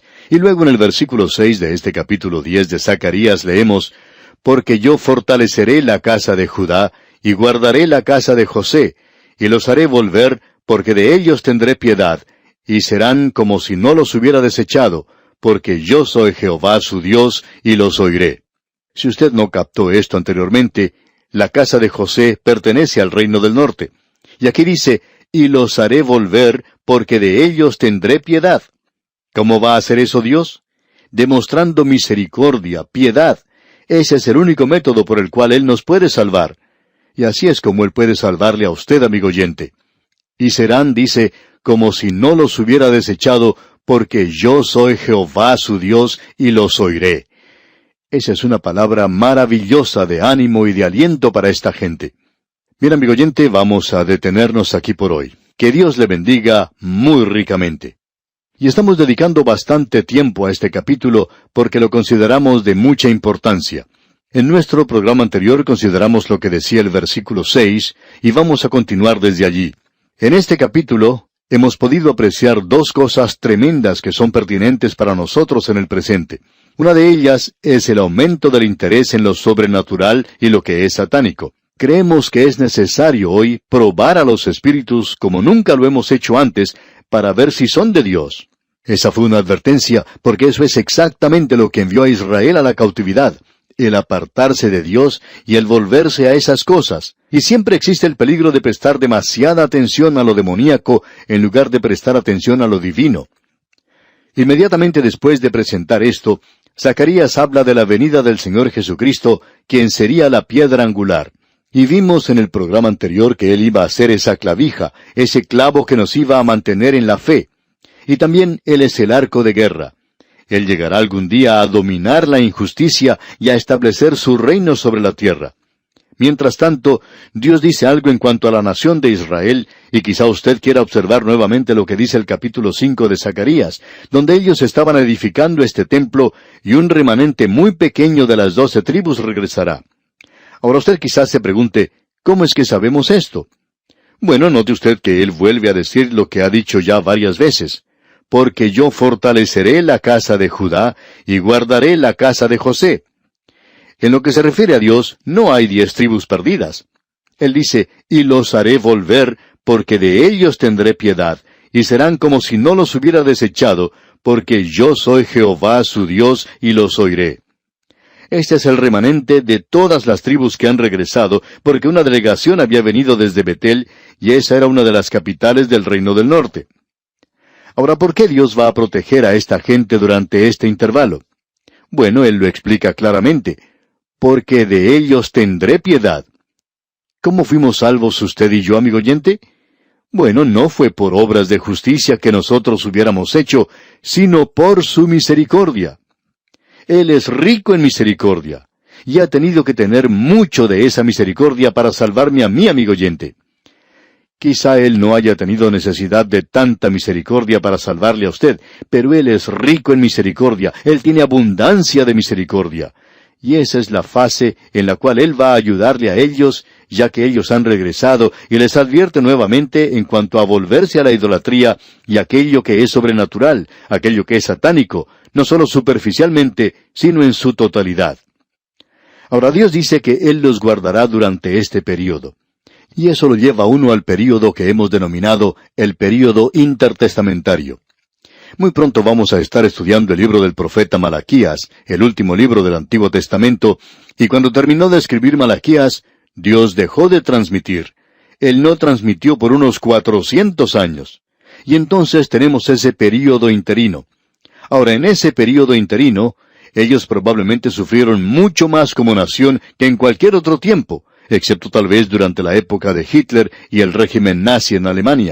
Y luego en el versículo 6 de este capítulo 10 de Zacarías leemos, «Porque yo fortaleceré la casa de Judá, y guardaré la casa de José, y los haré volver, porque de ellos tendré piedad, y serán como si no los hubiera desechado, porque yo soy Jehová su Dios, y los oiré». Si usted no captó esto anteriormente, la casa de José pertenece al reino del norte. Y aquí dice, «Y los haré volver, porque de ellos tendré piedad». ¿Cómo va a hacer eso Dios? Demostrando misericordia, piedad. Ese es el único método por el cual Él nos puede salvar. Y así es como Él puede salvarle a usted, amigo oyente. Y serán, dice, como si no los hubiera desechado, porque yo soy Jehová su Dios, y los oiré. Esa es una palabra maravillosa de ánimo y de aliento para esta gente. Bien, amigo oyente, vamos a detenernos aquí por hoy. Que Dios le bendiga muy ricamente. Y estamos dedicando bastante tiempo a este capítulo porque lo consideramos de mucha importancia. En nuestro programa anterior consideramos lo que decía el versículo 6 y vamos a continuar desde allí. En este capítulo hemos podido apreciar dos cosas tremendas que son pertinentes para nosotros en el presente. Una de ellas es el aumento del interés en lo sobrenatural y lo que es satánico. Creemos que es necesario hoy probar a los espíritus como nunca lo hemos hecho antes para ver si son de Dios. Esa fue una advertencia, porque eso es exactamente lo que envió a Israel a la cautividad, el apartarse de Dios y el volverse a esas cosas. Y siempre existe el peligro de prestar demasiada atención a lo demoníaco en lugar de prestar atención a lo divino. Inmediatamente después de presentar esto, Zacarías habla de la venida del Señor Jesucristo, quien sería la piedra angular. Y vimos en el programa anterior que Él iba a ser esa clavija, ese clavo que nos iba a mantener en la fe. Y también Él es el arco de guerra. Él llegará algún día a dominar la injusticia y a establecer su reino sobre la tierra. Mientras tanto, Dios dice algo en cuanto a la nación de Israel, y quizá usted quiera observar nuevamente lo que dice el capítulo 5 de Zacarías, donde ellos estaban edificando este templo, y un remanente muy pequeño de las 12 tribus regresará. Ahora usted quizás se pregunte, ¿cómo es que sabemos esto? Bueno, note usted que él vuelve a decir lo que ha dicho ya varias veces. Porque yo fortaleceré la casa de Judá y guardaré la casa de José. En lo que se refiere a Dios, no hay 10 tribus perdidas. Él dice, y los haré volver, porque de ellos tendré piedad, y serán como si no los hubiera desechado, porque yo soy Jehová su Dios, y los oiré. Este es el remanente de todas las tribus que han regresado, porque una delegación había venido desde Betel, y esa era una de las capitales del reino del norte. Ahora, ¿por qué Dios va a proteger a esta gente durante este intervalo? Bueno, Él lo explica claramente. Porque de ellos tendré piedad. ¿Cómo fuimos salvos usted y yo, amigo oyente? Bueno, no fue por obras de justicia que nosotros hubiéramos hecho, sino por su misericordia. Él es rico en misericordia, y ha tenido que tener mucho de esa misericordia para salvarme a mí, amigo oyente. Quizá Él no haya tenido necesidad de tanta misericordia para salvarle a usted, pero Él es rico en misericordia, Él tiene abundancia de misericordia. Y esa es la fase en la cual Él va a ayudarle a ellos, ya que ellos han regresado, y les advierte nuevamente en cuanto a volverse a la idolatría y aquello que es sobrenatural, aquello que es satánico, no solo superficialmente, sino en su totalidad. Ahora Dios dice que Él los guardará durante este período. Y eso lo lleva a uno al período que hemos denominado el período intertestamentario. Muy pronto vamos a estar estudiando el libro del profeta Malaquías, el último libro del Antiguo Testamento, y cuando terminó de escribir Malaquías, Dios dejó de transmitir. Él no transmitió por unos 400 años. Y entonces tenemos ese período interino. Ahora, en ese período interino, ellos probablemente sufrieron mucho más como nación que en cualquier otro tiempo, excepto tal vez durante la época de Hitler y el régimen nazi en Alemania.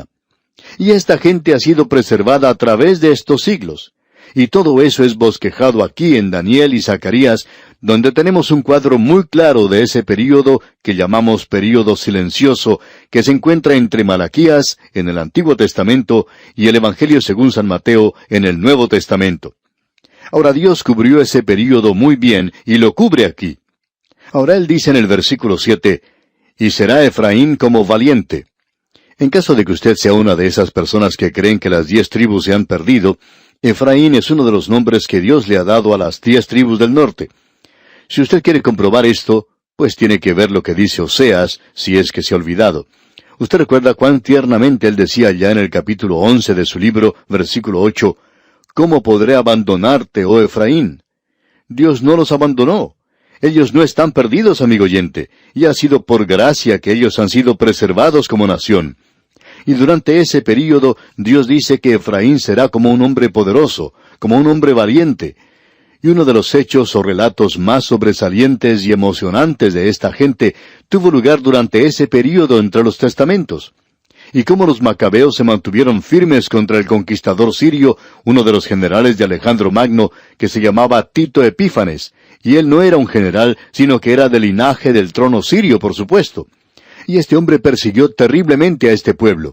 Y esta gente ha sido preservada a través de estos siglos. Y todo eso es bosquejado aquí en Daniel y Zacarías, donde tenemos un cuadro muy claro de ese período que llamamos período silencioso, que se encuentra entre Malaquías, en el Antiguo Testamento, y el Evangelio según San Mateo, en el Nuevo Testamento. Ahora Dios cubrió ese período muy bien, y lo cubre aquí. Ahora Él dice en el versículo 7, «Y será Efraín como valiente». En caso de que usted sea una de esas personas que creen que las 10 tribus se han perdido, Efraín es uno de los nombres que Dios le ha dado a las 10 tribus del norte. Si usted quiere comprobar esto, pues tiene que ver lo que dice Oseas, si es que se ha olvidado. Usted recuerda cuán tiernamente él decía ya en el capítulo 11 de su libro, versículo 8, «¿Cómo podré abandonarte, oh Efraín?» Dios no los abandonó. Ellos no están perdidos, amigo oyente, y ha sido por gracia que ellos han sido preservados como nación. Y durante ese período, Dios dice que Efraín será como un hombre poderoso, como un hombre valiente. Y uno de los hechos o relatos más sobresalientes y emocionantes de esta gente tuvo lugar durante ese período entre los testamentos. Y cómo los macabeos se mantuvieron firmes contra el conquistador sirio, uno de los generales de Alejandro Magno, que se llamaba Tito Epífanes, y él no era un general, sino que era del linaje del trono sirio, por supuesto. Y este hombre persiguió terriblemente a este pueblo.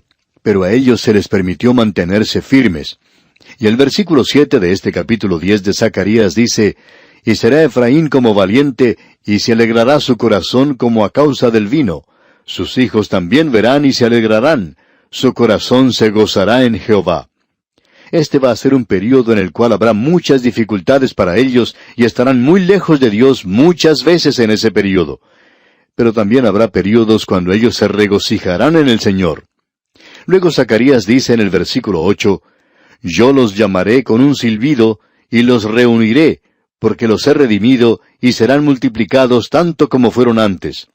pero a ellos se les permitió mantenerse firmes. Y el versículo 7 de este capítulo 10 de Zacarías dice, «Y será Efraín como valiente, y se alegrará su corazón como a causa del vino. Sus hijos también verán y se alegrarán. Su corazón se gozará en Jehová». Este va a ser un período en el cual habrá muchas dificultades para ellos y estarán muy lejos de Dios muchas veces en ese período. Pero también habrá períodos cuando ellos se regocijarán en el Señor. Luego Zacarías dice en el versículo 8, «Yo los llamaré con un silbido, y los reuniré, porque los he redimido, y serán multiplicados tanto como fueron antes».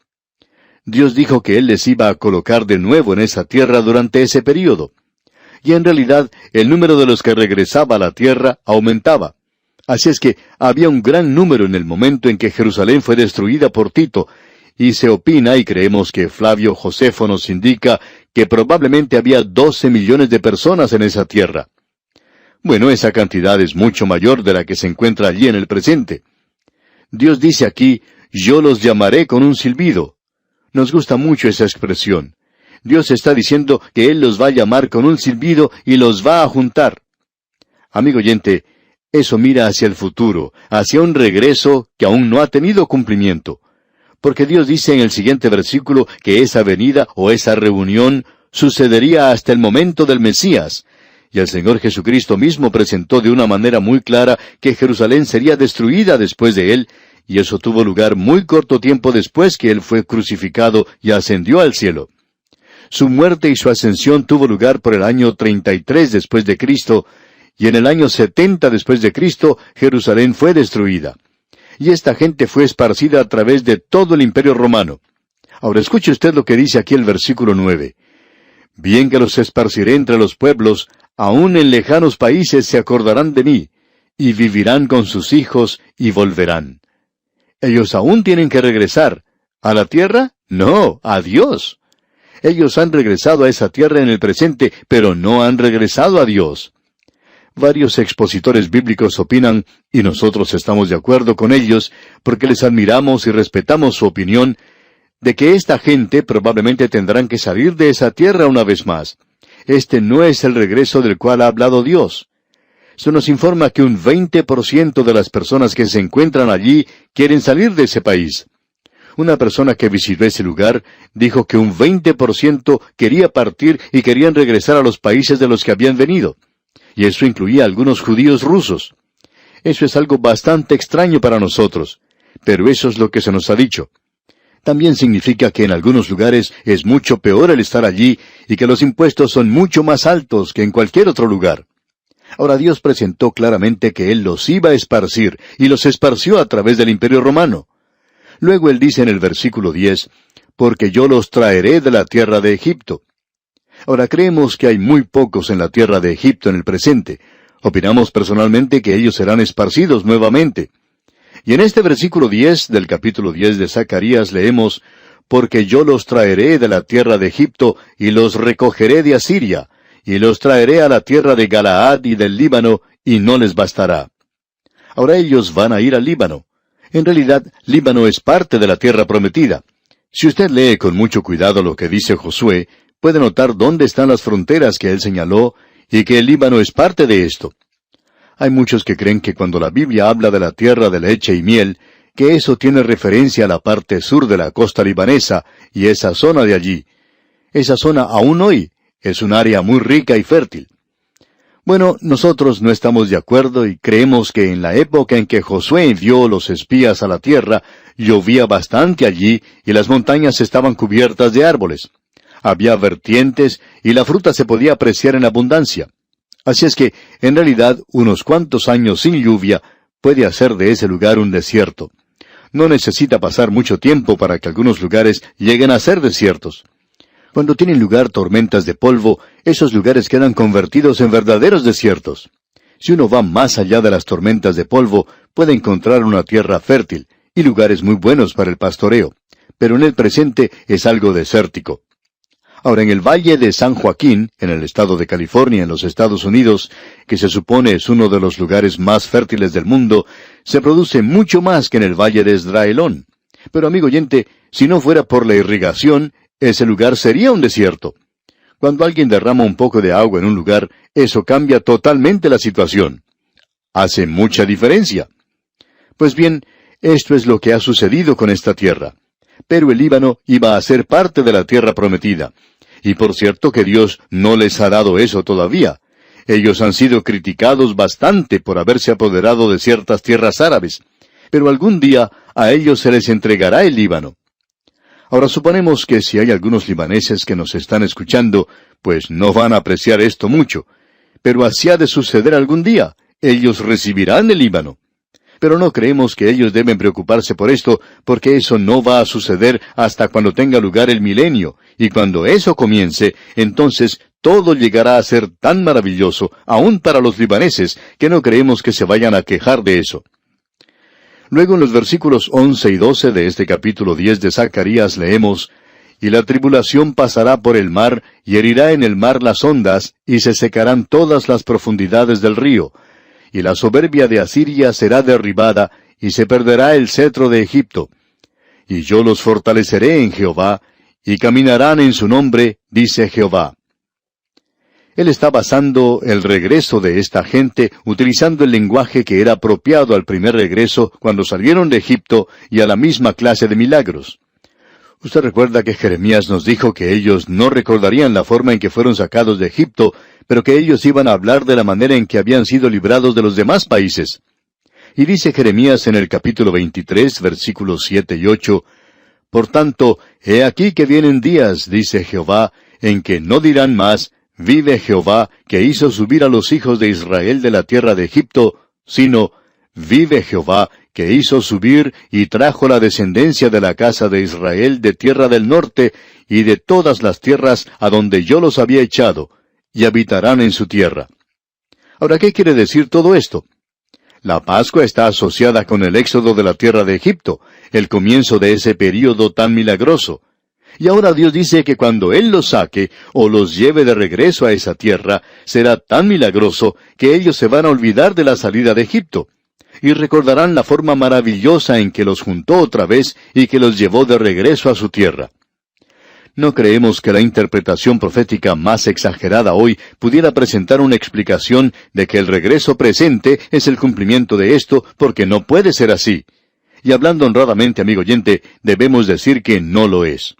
Dios dijo que Él les iba a colocar de nuevo en esa tierra durante ese período. Y en realidad, el número de los que regresaba a la tierra aumentaba. Así es que había un gran número en el momento en que Jerusalén fue destruida por Tito, y se opina, y creemos que Flavio Josefo nos indica, que probablemente había 12 millones de personas en esa tierra. Bueno, esa cantidad es mucho mayor de la que se encuentra allí en el presente. Dios dice aquí, «Yo los llamaré con un silbido». Nos gusta mucho esa expresión. Dios está diciendo que Él los va a llamar con un silbido y los va a juntar. Amigo oyente, eso mira hacia el futuro, hacia un regreso que aún no ha tenido cumplimiento. Porque Dios dice en el siguiente versículo que esa venida o esa reunión sucedería hasta el momento del Mesías. Y el Señor Jesucristo mismo presentó de una manera muy clara que Jerusalén sería destruida después de Él, y eso tuvo lugar muy corto tiempo después que Él fue crucificado y ascendió al cielo. Su muerte y su ascensión tuvo lugar por el año 33 después de Cristo, y en el año 70 después de Cristo, Jerusalén fue destruida. Y esta gente fue esparcida a través de todo el Imperio Romano. Ahora escuche usted lo que dice aquí el versículo 9. «Bien que los esparciré entre los pueblos, aun en lejanos países se acordarán de mí, y vivirán con sus hijos y volverán». Ellos aún tienen que regresar. ¿A la tierra? No, a Dios. Ellos han regresado a esa tierra en el presente, pero no han regresado a Dios. Varios expositores bíblicos opinan, y nosotros estamos de acuerdo con ellos, porque les admiramos y respetamos su opinión, de que esta gente probablemente tendrán que salir de esa tierra una vez más. Este no es el regreso del cual ha hablado Dios. Se nos informa que un 20% de las personas que se encuentran allí quieren salir de ese país. Una persona que visitó ese lugar dijo que un 20% quería partir y querían regresar a los países de los que habían venido. Y eso incluía a algunos judíos rusos. Eso es algo bastante extraño para nosotros, pero eso es lo que se nos ha dicho. También significa que en algunos lugares es mucho peor el estar allí y que los impuestos son mucho más altos que en cualquier otro lugar. Ahora Dios presentó claramente que Él los iba a esparcir, y los esparció a través del Imperio Romano. Luego Él dice en el versículo 10, «Porque yo los traeré de la tierra de Egipto». Ahora creemos que hay muy pocos en la tierra de Egipto en el presente. Opinamos personalmente que ellos serán esparcidos nuevamente. Y en este versículo 10 del capítulo 10 de Zacarías leemos, «Porque yo los traeré de la tierra de Egipto, y los recogeré de Asiria, y los traeré a la tierra de Galaad y del Líbano, y no les bastará». Ahora ellos van a ir al Líbano. En realidad, Líbano es parte de la tierra prometida. Si usted lee con mucho cuidado lo que dice Josué, puede notar dónde están las fronteras que él señaló, y que el Líbano es parte de esto. Hay muchos que creen que cuando la Biblia habla de la tierra de leche y miel, que eso tiene referencia a la parte sur de la costa libanesa, y esa zona de allí. Esa zona aún hoy es un área muy rica y fértil. Bueno, nosotros no estamos de acuerdo y creemos que en la época en que Josué envió los espías a la tierra, llovía bastante allí y las montañas estaban cubiertas de árboles. Había vertientes y la fruta se podía apreciar en abundancia. Así es que, en realidad, unos cuantos años sin lluvia puede hacer de ese lugar un desierto. No necesita pasar mucho tiempo para que algunos lugares lleguen a ser desiertos. Cuando tienen lugar tormentas de polvo, esos lugares quedan convertidos en verdaderos desiertos. Si uno va más allá de las tormentas de polvo, puede encontrar una tierra fértil y lugares muy buenos para el pastoreo, pero en el presente es algo desértico. Ahora, en el Valle de San Joaquín, en el estado de California, en los Estados Unidos, que se supone es uno de los lugares más fértiles del mundo, se produce mucho más que en el Valle de Esdraelón. Pero, amigo oyente, si no fuera por la irrigación, ese lugar sería un desierto. Cuando alguien derrama un poco de agua en un lugar, eso cambia totalmente la situación. Hace mucha diferencia. Pues bien, esto es lo que ha sucedido con esta tierra. Pero el Líbano iba a ser parte de la tierra prometida. Y por cierto que Dios no les ha dado eso todavía. Ellos han sido criticados bastante por haberse apoderado de ciertas tierras árabes. Pero algún día a ellos se les entregará el Líbano. Ahora suponemos que si hay algunos libaneses que nos están escuchando, pues no van a apreciar esto mucho. Pero así ha de suceder algún día. Ellos recibirán el Líbano. Pero no creemos que ellos deben preocuparse por esto, porque eso no va a suceder hasta cuando tenga lugar el milenio, y cuando eso comience, entonces todo llegará a ser tan maravilloso, aún para los libaneses, que no creemos que se vayan a quejar de eso. Luego en los versículos 11 y 12 de este capítulo 10 de Zacarías leemos: «Y la tribulación pasará por el mar, y herirá en el mar las ondas, y se secarán todas las profundidades del río. Y la soberbia de Asiria será derribada, y se perderá el cetro de Egipto. Y yo los fortaleceré en Jehová, y caminarán en su nombre, dice Jehová». Él está basando el regreso de esta gente utilizando el lenguaje que era apropiado al primer regreso cuando salieron de Egipto y a la misma clase de milagros. Usted recuerda que Jeremías nos dijo que ellos no recordarían la forma en que fueron sacados de Egipto, pero que ellos iban a hablar de la manera en que habían sido librados de los demás países. Y dice Jeremías en el capítulo 23, versículos 7 y 8, «Por tanto, he aquí que vienen días, dice Jehová, en que no dirán más, vive Jehová, que hizo subir a los hijos de Israel de la tierra de Egipto, sino, vive Jehová, que hizo subir y trajo la descendencia de la casa de Israel de tierra del norte y de todas las tierras a donde yo los había echado, y habitarán en su tierra». Ahora, ¿qué quiere decir todo esto? La Pascua está asociada con el éxodo de la tierra de Egipto, el comienzo de ese período tan milagroso. Y ahora Dios dice que cuando Él los saque o los lleve de regreso a esa tierra, será tan milagroso que ellos se van a olvidar de la salida de Egipto. Y recordarán la forma maravillosa en que los juntó otra vez y que los llevó de regreso a su tierra. No creemos que la interpretación profética más exagerada hoy pudiera presentar una explicación de que el regreso presente es el cumplimiento de esto, porque no puede ser así. Y hablando honradamente, amigo oyente, debemos decir que no lo es.